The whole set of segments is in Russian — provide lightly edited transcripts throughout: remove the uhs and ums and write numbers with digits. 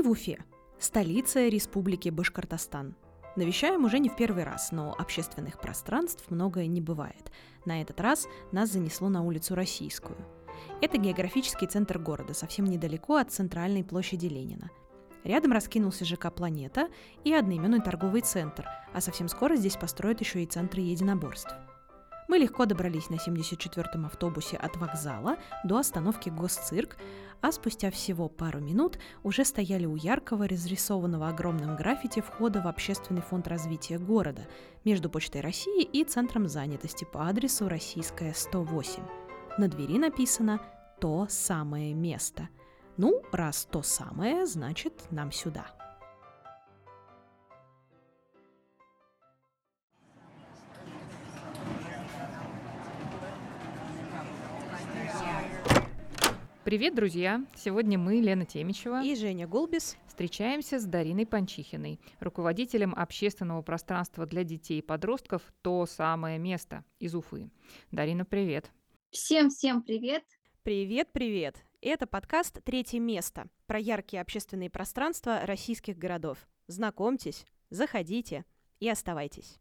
Мы в Уфе, столице Республики Башкортостан. Навещаем уже не в первый раз, но общественных пространств многое не бывает. На этот раз нас занесло на улицу Российскую. Это географический центр города, совсем недалеко от центральной площади Ленина. Рядом раскинулся ЖК «Планета» и одноименный торговый центр, а совсем скоро здесь построят еще и центры единоборств. Мы легко добрались на 74-м автобусе от вокзала до остановки Госцирк, а спустя всего пару минут уже стояли у яркого, разрисованного огромным граффити входа в Общественный фонд развития города между Почтой России и Центром занятости по адресу Российская, 108. На двери написано «То самое место». Ну, раз то самое, значит, нам сюда. Привет, друзья! Сегодня мы, Лена Темичева, И Женя Голбис. встречаемся с Дариной Панчихиной, руководителем общественного пространства для детей и подростков «То самое место» из Уфы. Дарина, привет! Всем привет! Привет! Это подкаст «Третье место» про яркие общественные пространства российских городов. Знакомьтесь, заходите и оставайтесь.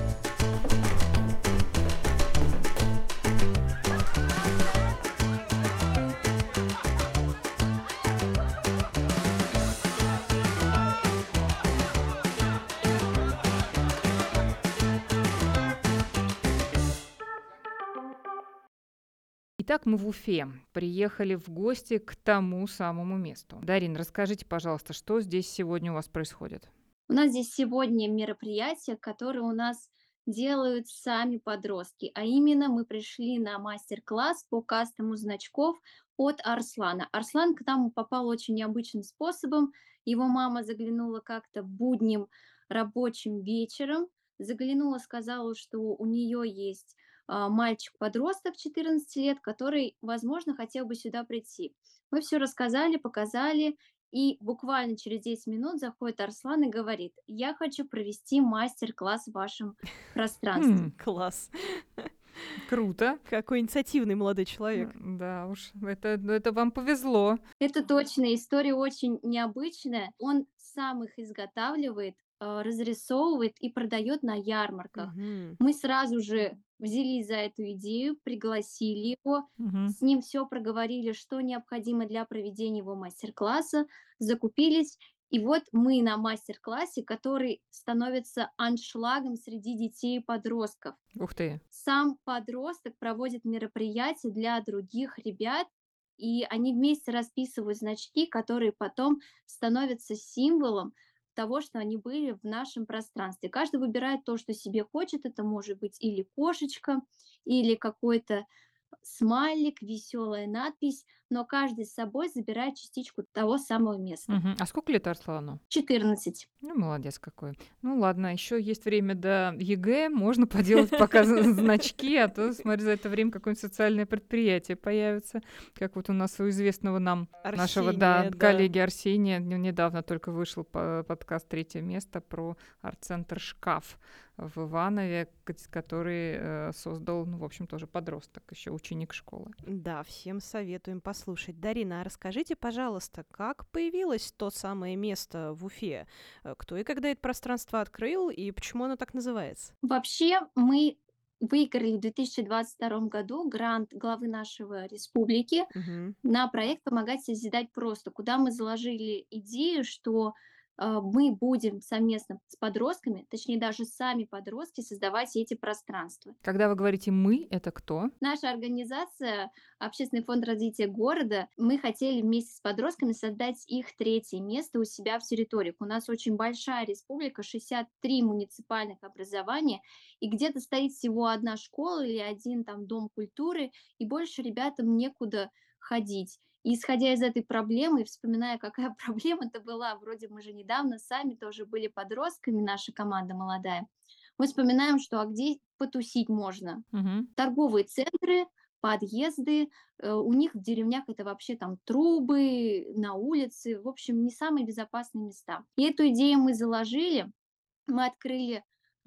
Итак, мы в Уфе. Приехали в гости к тому самому месту. Дарин, расскажите, пожалуйста, что здесь сегодня у вас происходит? У нас здесь сегодня мероприятие, которое у нас делают сами подростки, а именно мы пришли на мастер-класс по кастому значков от Арслана. Арслан к нам попал очень необычным способом. Его мама заглянула как-то будним рабочим вечером, заглянула, сказала, что у нее есть мальчик-подросток 14 лет, который, возможно, хотел бы сюда прийти. Мы все рассказали, показали, и буквально через 10 минут заходит Арслан и говорит: я хочу провести мастер-класс в вашем пространстве. Класс. Круто! Какой инициативный молодой человек. Да уж, это вам повезло. Это точно, история очень необычная. Он сам их изготавливает, разрисовывает и продает на ярмарках. Мгм. Мы сразу же взялись за эту идею, пригласили его, Мгм. с ним все проговорили, что необходимо для проведения его мастер-класса, закупились. И вот мы на мастер-классе, который становится аншлагом среди детей и подростков. Ух ты! Сам подросток проводит мероприятия для других ребят, и они вместе расписывают значки, которые потом становятся символом того, что они были в нашем пространстве. Каждый выбирает то, что себе хочет. Это может быть или кошечка, или какой-то смайлик, веселая надпись, но каждый с собой забирает частичку того самого места. Мгм. А сколько лет Арслану? 14. Ну, молодец какой. Ну ладно, еще есть время до ЕГЭ, можно поделать пока значки, а то, смотри, за это время какое-нибудь социальное предприятие появится, как вот у нас у известного нам нашего Арсения, да. коллеги Арсения недавно только вышел подкаст «Третье место» про арт-центр «Шкаф» в Иванове, который создал, ну, в общем, тоже подросток, еще ученик школы. Да, всем советуем послушать. Дарина, а расскажите, пожалуйста, как появилось то самое место в Уфе? Кто и когда это пространство открыл, и почему оно так называется? Вообще, мы выиграли в 2022 году грант главы нашего республики Мгм. на проект «Помогать созидать просто», куда мы заложили идею, что мы будем совместно с подростками, точнее даже сами подростки, создавать эти пространства. Когда вы говорите «мы», это кто? Наша организация, Общественный фонд развития города, мы хотели вместе с подростками создать их третье место у себя в территориях. У нас очень большая республика, 63 муниципальных образования, и где-то стоит всего одна школа или один там дом культуры, и больше ребятам некуда ходить. И исходя из этой проблемы, и вспоминая, какая проблема-то была, вроде мы же недавно сами тоже были подростками, наша команда молодая, мы вспоминаем, что а где потусить можно? Мгм. Торговые центры, подъезды, у них в деревнях это вообще там трубы, на улице, в общем, не самые безопасные места. И эту идею мы заложили, мы открыли В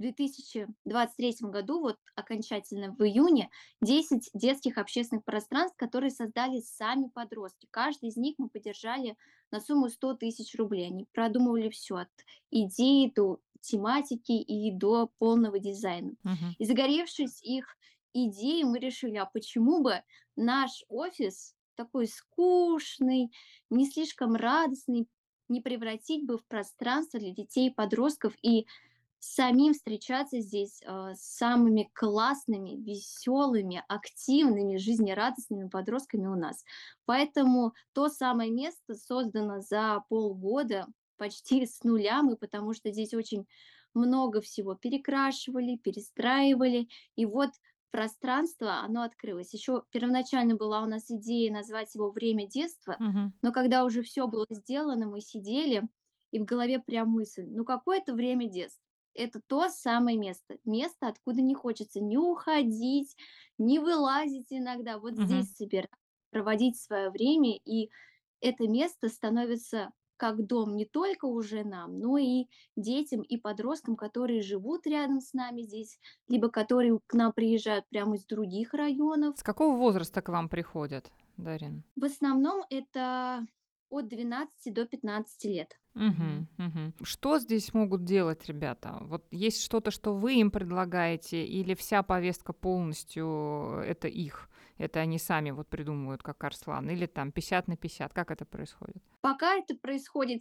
2023 году, вот окончательно в июне, 10 детских общественных пространств, которые создали сами подростки. Каждый из них мы поддержали на сумму 100 тысяч рублей. Они продумывали все от идеи до тематики и до полного дизайна. Мгм. И загоревшись их идеей, мы решили, а почему бы наш офис, такой скучный, не слишком радостный, не превратить бы в пространство для детей и подростков и самим встречаться здесь с самыми классными, веселыми, активными, жизнерадостными подростками у нас. Поэтому то самое место создано за полгода почти с нуля мы, потому что здесь очень много всего перекрашивали, перестраивали, и вот пространство, оно открылось. Еще первоначально была у нас идея назвать его «Время детства», Мгм. но когда уже все было сделано, мы сидели, и в голове прям мысль, ну какое это время детства? Это то самое место. Место, откуда не хочется ни уходить, ни вылазить иногда. Вот Мгм. здесь собираться, проводить свое время, и это место становится как дом не только уже нам, но и детям и подросткам, которые живут рядом с нами здесь, либо которые к нам приезжают прямо из других районов. С какого возраста к вам приходят, Дарин? В основном это от 12 до 15 лет. Мгм, мгм. Что здесь могут делать ребята? Вот есть что-то, что вы им предлагаете, или вся повестка полностью это их? Это они сами вот придумывают, как Арслан, или там 50/50? Как это происходит? Пока это происходит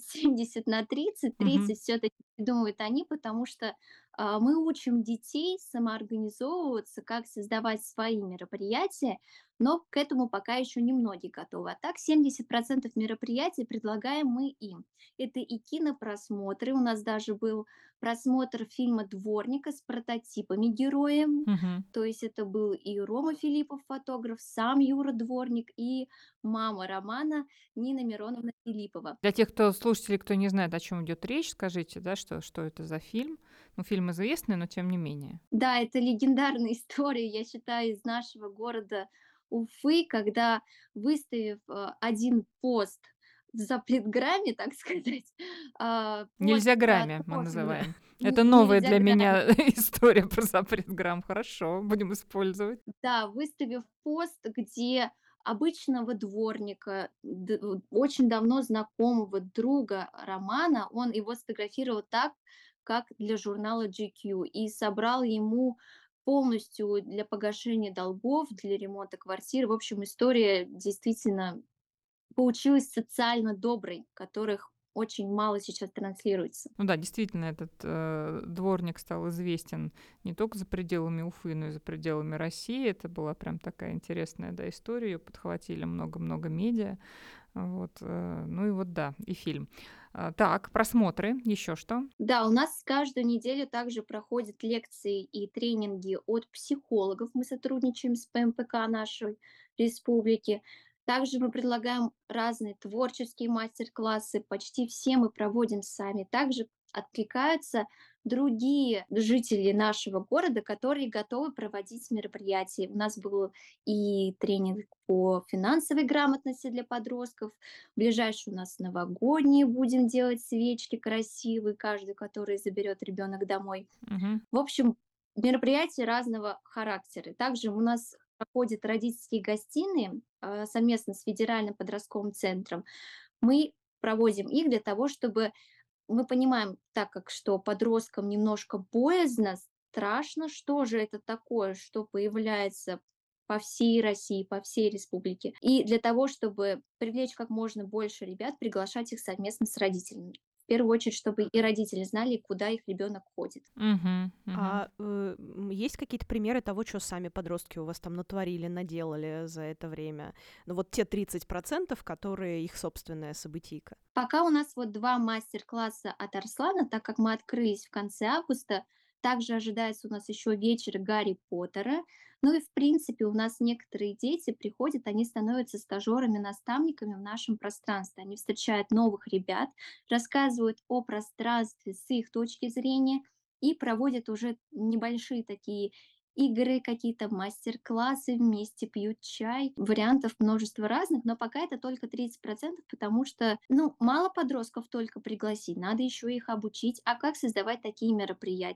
70/30, Мгм, 30 все-таки придумывают они, потому что мы учим детей самоорганизовываться, как создавать свои мероприятия, но к этому пока еще немногие готовы. А так 70% мероприятий предлагаем мы им. Это и кинопросмотры, у нас даже был просмотр фильма «Дворника» с прототипами героев, мгм. то есть это был и Рома Филиппов, фотограф, сам Юра Дворник, и мама Романа Нина Мироновна Филиппова. Для тех, кто слушателей, кто не знает, о чем идет речь, скажите, да, что это за фильм? Ну, фильм известный, но тем не менее. Да, это легендарная история, я считаю, из нашего города Уфы, когда, выставив один пост в запретграмме, так сказать, пост Нельзя про грамме мы то, называем. Это новая нельзя для грамме, меня история про запрет грамм. Хорошо, будем использовать. да, выставив пост, где обычного дворника, очень давно знакомого друга Романа, он его сфотографировал так, как для журнала GQ, и собрал ему полностью для погашения долгов, для ремонта квартиры. В общем, история действительно получилась социально доброй, которых очень мало сейчас транслируется. Ну да, действительно, этот дворник стал известен не только за пределами Уфы, но и за пределами России. Это была прям такая интересная, да, история. Ее подхватили много-много медиа. Вот, ну и вот да, и фильм. Так, просмотры, еще что? Да, у нас каждую неделю также проходят лекции и тренинги от психологов. Мы сотрудничаем с ПМПК нашей республики. Также мы предлагаем разные творческие мастер-классы. Почти все мы проводим сами. Также откликаются другие жители нашего города, которые готовы проводить мероприятия. У нас был и тренинг по финансовой грамотности для подростков, ближайшие у нас новогодние будем делать свечки красивые, каждый, который заберет ребенок домой. Мгм. В общем, мероприятия разного характера. Также у нас проходят родительские гостиные совместно с Федеральным подростковым центром. Мы проводим их для того, чтобы мы понимаем, так как что подросткам немножко боязно, страшно, что же это такое, что появляется по всей России, по всей республике. И для того, чтобы привлечь как можно больше ребят, приглашать их совместно с родителями. В первую очередь, чтобы и родители знали, куда их ребенок ходит. Мгм. Мгм. Есть какие-то примеры того, что сами подростки у вас там натворили, наделали за это время? Ну вот те 30%, которые их собственная событийка. Пока у нас вот 2 мастер-класса от Арслана, так как мы открылись в конце августа, также ожидается у нас еще вечер Гарри Поттера. Ну и в принципе у нас некоторые дети приходят, они становятся стажерами-наставниками в нашем пространстве. Они встречают новых ребят, рассказывают о пространстве с их точки зрения и проводят уже небольшие такие игры, какие-то мастер-классы, вместе пьют чай. Вариантов множество разных, но пока это только 30%, потому что, ну, мало подростков только пригласить, надо еще их обучить, а как создавать такие мероприятия.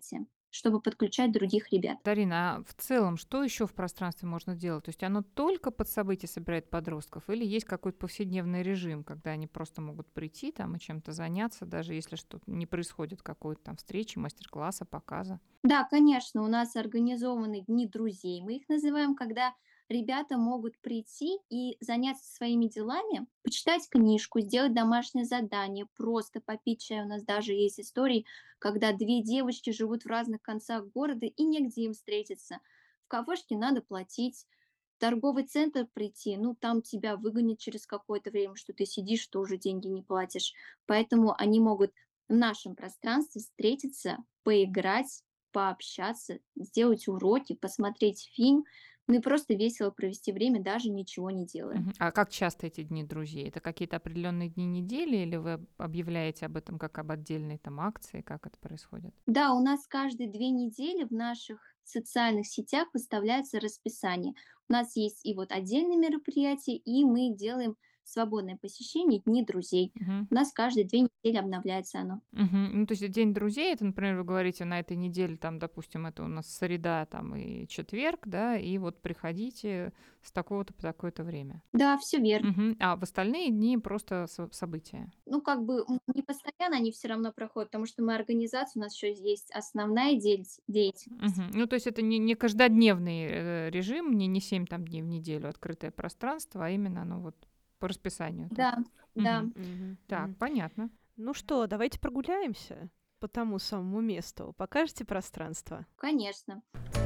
чтобы подключать других ребят. Дарина, а в целом, что еще в пространстве можно делать? То есть оно только под события собирает подростков или есть какой-то повседневный режим, когда они просто могут прийти там и чем-то заняться, даже если что-то не происходит, какой-то там встречи, мастер-класса, показа? Да, конечно, у нас организованы дни друзей, мы их называем, когда ребята могут прийти и заняться своими делами, почитать книжку, сделать домашнее задание, просто попить чай. У нас даже есть истории, когда две девочки живут в разных концах города и негде им встретиться. В кафешке надо платить, в торговый центр прийти, ну там тебя выгонят через какое-то время, что ты сидишь, что уже деньги не платишь. Поэтому они могут в нашем пространстве встретиться, поиграть, пообщаться, сделать уроки, посмотреть фильм, ну и просто весело провести время, даже ничего не делая. Мгм. А как часто эти дни друзей? Это какие-то определенные дни недели или вы объявляете об этом как об отдельной там акции? Как это происходит? Да, у нас каждые 2 недели в наших социальных сетях выставляется расписание. У нас есть и вот отдельные мероприятия, и мы делаем свободное посещение Дни друзей. Мгм. У нас каждые 2 недели обновляется оно. Мгм. Ну, то есть День друзей, это, например, вы говорите, на этой неделе, там, допустим, это у нас среда там, и четверг, да, и вот приходите с такого-то по такое-то время. Да, все верно. Мгм. А в остальные дни просто события. Ну, как бы не постоянно они все равно проходят, потому что мы организация, у нас еще есть основная деятельность. Мгм. Ну, то есть это не каждодневный режим, не 7 там, дней в неделю открытое пространство, а именно оно вот по расписанию так. Да, да, Мгм. Мгм, Так, мгм. понятно. Ну что, давайте прогуляемся по тому самому месту. Покажете пространство? конечно.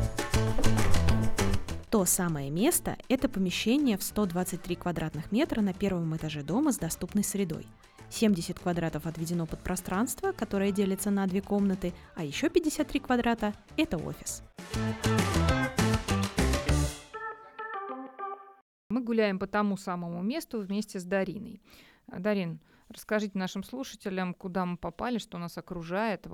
То самое место– это помещение в 123 квадратных метра на первом этаже дома с доступной средой. 70 квадратов отведено под пространство, которое делится на две комнаты, а еще 53 квадрата– это офис. Мы гуляем по тому самому месту вместе с Дариной. Дарин, расскажите нашим слушателям, куда мы попали, что нас окружает.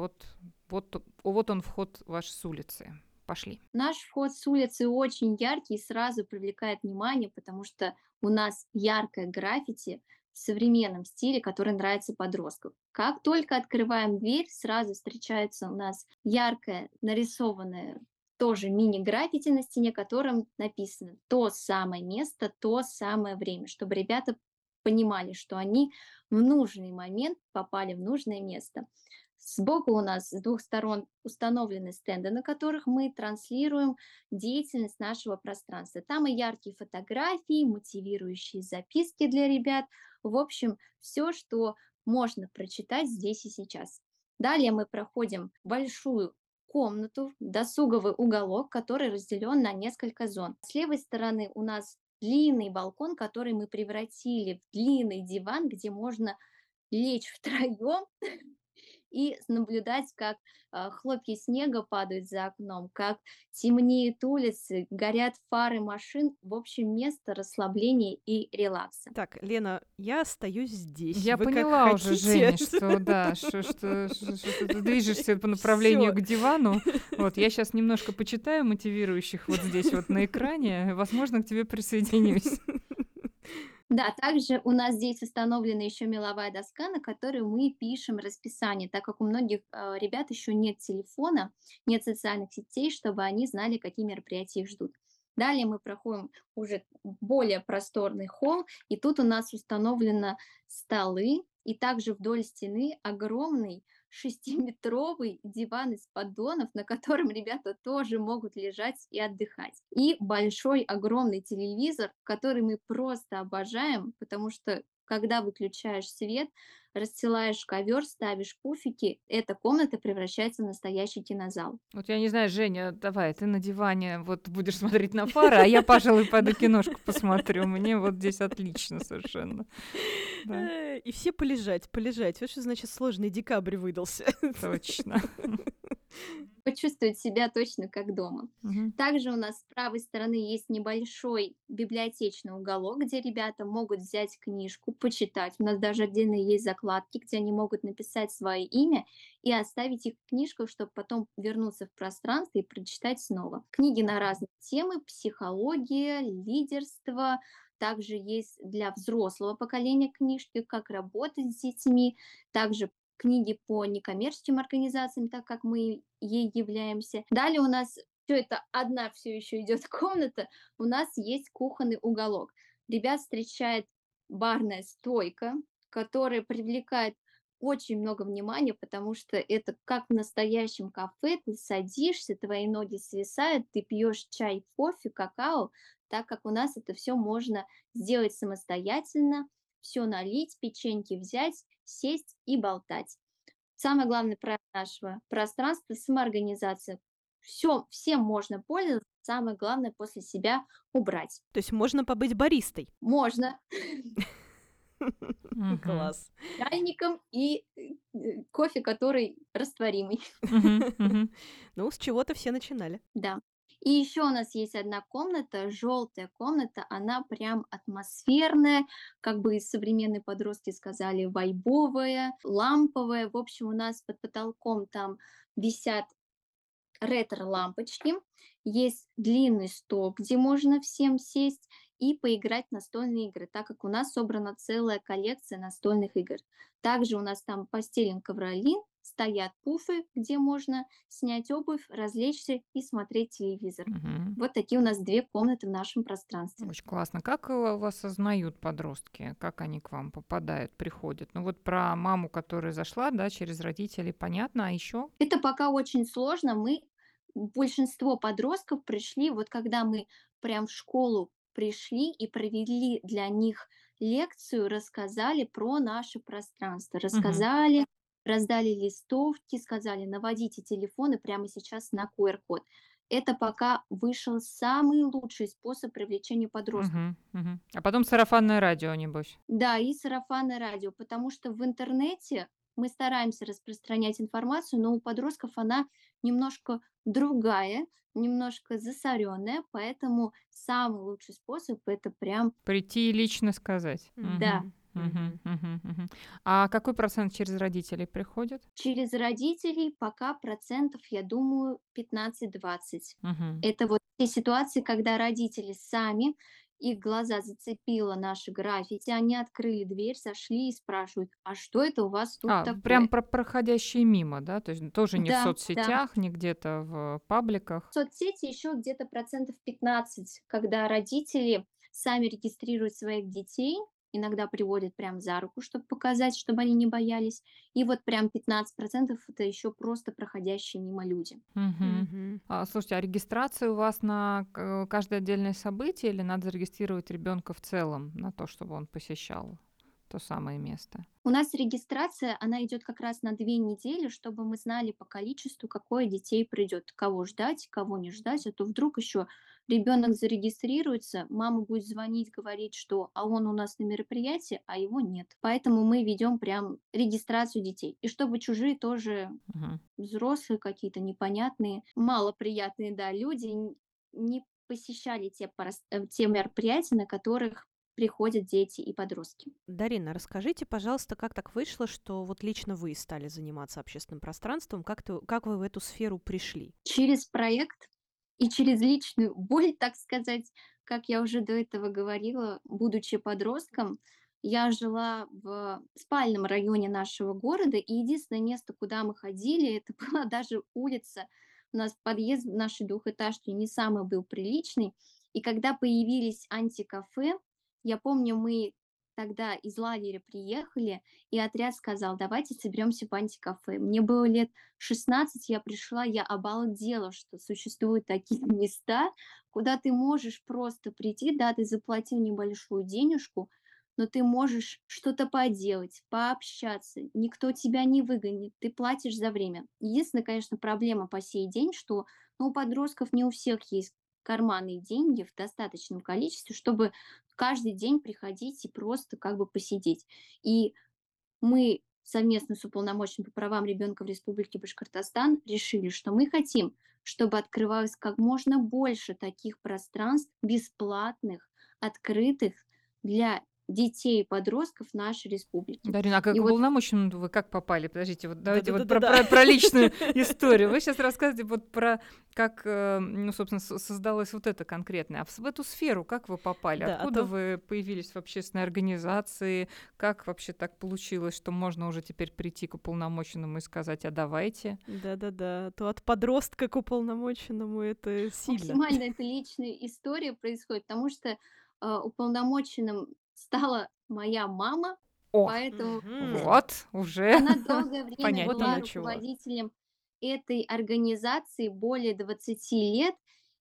Вот он вход ваш с улицы. Пошли. Наш вход с улицы очень яркий и сразу привлекает внимание, потому что у нас яркое граффити в современном стиле, который нравится подросткам. Как только открываем дверь, сразу встречается у нас яркое нарисованное тоже мини-граффити на стене, которым написано то самое место, то самое время, чтобы ребята понимали, что они в нужный момент попали в нужное место. Сбоку у нас с двух сторон установлены стенды, на которых мы транслируем деятельность нашего пространства. Там и яркие фотографии, мотивирующие записки для ребят. В общем, все, что можно прочитать здесь и сейчас. Далее мы проходим большую комнату, досуговый уголок, который разделен на несколько зон. С левой стороны у нас длинный балкон, который мы превратили в длинный диван, где можно лечь втроем и наблюдать, как хлопья снега падают за окном, как темнеют улицы, горят фары машин. В общем, место расслабления и релакса. Так, Лена, я остаюсь здесь. Я Вы как поняла уже, хотите. Женя, что да, что ты движешься по направлению Всё. к дивану. Вот, я сейчас немножко почитаю мотивирующих вот здесь вот на экране. Возможно, к тебе присоединюсь. Да, также у нас здесь установлена еще меловая доска, на которой мы пишем расписание, так как у многих ребят еще нет телефона, нет социальных сетей, чтобы они знали, какие мероприятия их ждут. Далее мы проходим уже более просторный холл, и тут у нас установлены столы, и также вдоль стены огромный 6-метровый диван из поддонов, на котором ребята тоже могут лежать и отдыхать. И большой огромный телевизор, который мы просто обожаем, потому что когда выключаешь свет, расстилаешь ковер, ставишь пуфики, эта комната превращается в настоящий кинозал. Вот я не знаю, Женя, давай, ты на диване вот будешь смотреть на фары, а я, пожалуй, пойду киношку посмотрю. Мне вот здесь отлично совершенно. Да, И все полежать, полежать. Вот что значит сложный декабрь выдался. точно. Почувствовать себя точно как дома. Мгм. Также у нас с правой стороны есть небольшой библиотечный уголок, где ребята могут взять книжку, почитать. У нас даже отдельно есть закладки, где они могут написать свое имя и оставить их в книжках, чтобы потом вернуться в пространство и прочитать снова. Книги на разные темы, психология, лидерство. Также есть для взрослого поколения книжки, как работать с детьми. Также книги по некоммерческим организациям, так как мы ей являемся. Далее у нас все это одна все еще идет комната, у нас есть кухонный уголок. Ребят встречает барная стойка, которая привлекает очень много внимания, потому что это как в настоящем кафе. Ты садишься, твои ноги свисают, ты пьешь чай, кофе, какао, так как у нас это все можно сделать самостоятельно, все налить, печеньки взять, сесть и болтать. Самое главное правило нашего пространства — самоорганизация. Всем можно пользоваться, самое главное после себя убрать. То есть можно побыть баристой. Можно Мгм. Класс. чайником и кофе, который растворимый. Мгм. Мгм. Ну, с чего-то все начинали. Да. И еще у нас есть одна комната, желтая комната, она прям атмосферная, как бы современные подростки сказали, вайбовая, ламповая. В общем, у нас под потолком там висят ретро-лампочки, есть длинный стол, где можно всем сесть и поиграть в настольные игры, так как у нас собрана целая коллекция настольных игр. Также у нас там постелен ковролин, стоят пуфы, где можно снять обувь, развлечься и смотреть телевизор. Мгм. Вот такие у нас две комнаты в нашем пространстве. Очень классно. Как вас осознают подростки? Как они к вам попадают, приходят? Ну вот про маму, которая зашла, да, через родителей, понятно. А еще? Это пока очень сложно. Большинство подростков пришли, вот когда мы прям в школу пришли и провели для них лекцию, рассказали про наше пространство, рассказали, раздали листовки, сказали, наводите телефоны прямо сейчас на QR-код. Это пока вышел самый лучший способ привлечения подростков. Мгм. Мгм. А потом сарафанное радио, небось. Да, и сарафанное радио, потому что в интернете мы стараемся распространять информацию, но у подростков она немножко другая, немножко засоренная, поэтому самый лучший способ это прям Прийти и лично сказать. да. Мгм. Мгм. Мгм. Мгм. А какой процент через родителей приходит? Через родителей пока процентов, я думаю, 15-20. Мгм. Это вот те ситуации, когда родители сами, их глаза зацепило наше граффити, они открыли дверь, зашли и спрашивают, а что это у вас тут Прям такое? проходящие мимо, да? То есть тоже не в Да, да. соцсетях, не где-то в пабликах. Соцсети еще где-то процентов 15, когда родители сами регистрируют своих детей, иногда приводят прям за руку, чтобы показать, чтобы они не боялись. И вот прям 15% это еще просто проходящие мимо люди. Мгм. Мгм. Слушайте, а регистрация у вас на каждое отдельное событие или надо зарегистрировать ребенка в целом на то, чтобы он посещал то самое место? У нас регистрация, она идет как раз на 2 недели, чтобы мы знали по количеству, какое детей придет, кого ждать, кого не ждать, а то вдруг еще ребенок зарегистрируется, мама будет звонить, говорить, что а он у нас на мероприятии, а его нет. Поэтому мы ведем прям регистрацию детей. И чтобы чужие тоже Мгм. взрослые какие-то непонятные, малоприятные, да, люди не посещали те мероприятия, на которых приходят дети и подростки. Дарина, расскажите, пожалуйста, как так вышло, что вот лично вы стали заниматься общественным пространством? Как вы в эту сферу пришли? Через проект и через личную боль, так сказать, как я уже до этого говорила, будучи подростком, я жила в спальном районе нашего города, и единственное место, куда мы ходили, это была даже улица. У нас подъезд в нашей двухэтажке не самый был приличный. И когда появились антикафе, я помню, мы тогда из лагеря приехали, и отряд сказал, давайте соберемся в антикафе. Мне было лет 16 я пришла, я обалдела, что существуют такие места, куда ты можешь просто прийти, да, ты заплатил небольшую денежку, но ты можешь что-то поделать, пообщаться, никто тебя не выгонит, ты платишь за время. Единственная, конечно, проблема по сей день, что ну, у подростков не у всех есть карманные деньги в достаточном количестве, чтобы каждый день приходить и просто как бы посидеть. И мы совместно с уполномоченным по правам ребенка в Республике Башкортостан решили, что мы хотим, чтобы открывалось как можно больше таких пространств бесплатных, открытых для детей и подростков нашей республики. Дарина, а как И вот уполномоченным вы как попали? Подождите, вот давайте вот Да-да-да-да-да. про личную историю. Вы сейчас рассказываете вот про как, ну, собственно, создалась вот эта конкретная. А в эту сферу как вы попали? Да, а Откуда то вы появились в общественной организации? Как вообще так получилось, что можно уже теперь прийти к уполномоченному и сказать: а давайте? да-да-да, то от подростка к уполномоченному это сильно. максимально это личная история происходит, потому что уполномоченным стала моя мама, О, поэтому Мгм. вот, уже она долгое время понятнее. Вот была оно чего. руководителем этой организации более 20 лет,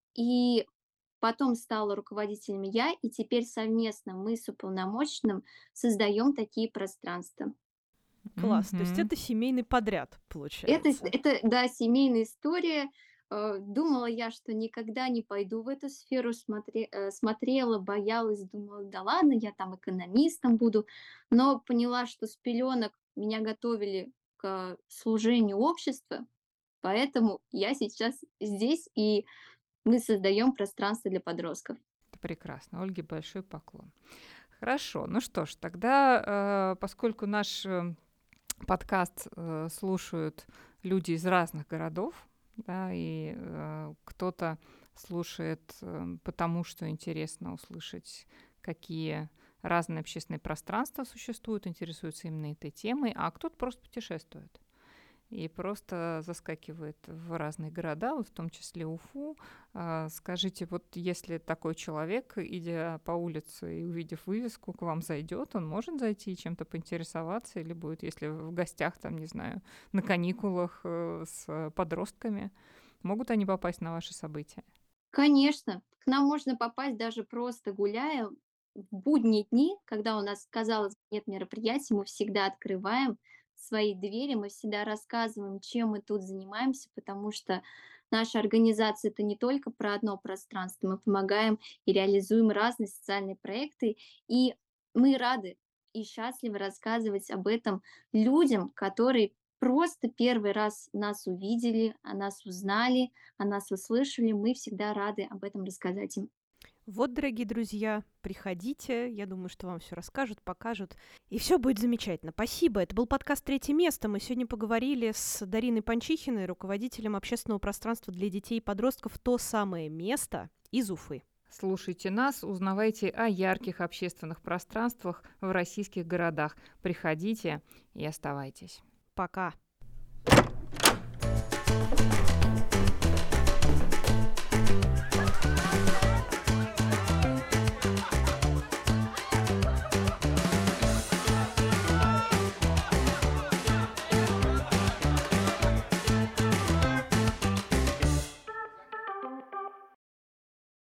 и потом стала руководителем я, и теперь совместно мы с уполномоченным создаем такие пространства. Класс. То есть Мгм. это семейный подряд, Это, получается. да, семейная история. Думала я, что никогда не пойду в эту сферу, смотрела, боялась, думала, да ладно, я там экономистом буду, но поняла, что с пеленок меня готовили к служению обществу, поэтому я сейчас здесь, и мы создаем пространство для подростков. Это прекрасно. Ольге большой поклон. Хорошо. Ну что ж, тогда, поскольку наш подкаст слушают люди из разных городов, да, и кто-то слушает потому, что интересно услышать, какие разные общественные пространства существуют, интересуется именно этой темой, а кто-то просто путешествует и просто заскакивает в разные города, вот в том числе Уфу. Скажите, вот если такой человек, идя по улице и увидев вывеску, к вам зайдет, он может зайти и чем-то поинтересоваться, или будет, если в гостях, там, не знаю, на каникулах с подростками, могут они попасть на ваши события? Конечно, к нам можно попасть даже просто гуляя. В будние дни, когда у нас, казалось бы, нет мероприятий, мы всегда открываем свои двери, мы всегда рассказываем, чем мы тут занимаемся, потому что наша организация это не только про одно пространство, мы помогаем и реализуем разные социальные проекты, и мы рады и счастливы рассказывать об этом людям, которые просто первый раз нас увидели, о нас узнали, о нас услышали, мы всегда рады об этом рассказать им. Вот, дорогие друзья, приходите, я думаю, что вам все расскажут, покажут, и все будет замечательно. Спасибо. Это был подкаст «Третье место». Мы сегодня поговорили с Дариной Панчихиной, руководителем общественного пространства для детей и подростков «То самое место» из Уфы. Слушайте нас, узнавайте о ярких общественных пространствах в российских городах. Приходите и оставайтесь. Пока.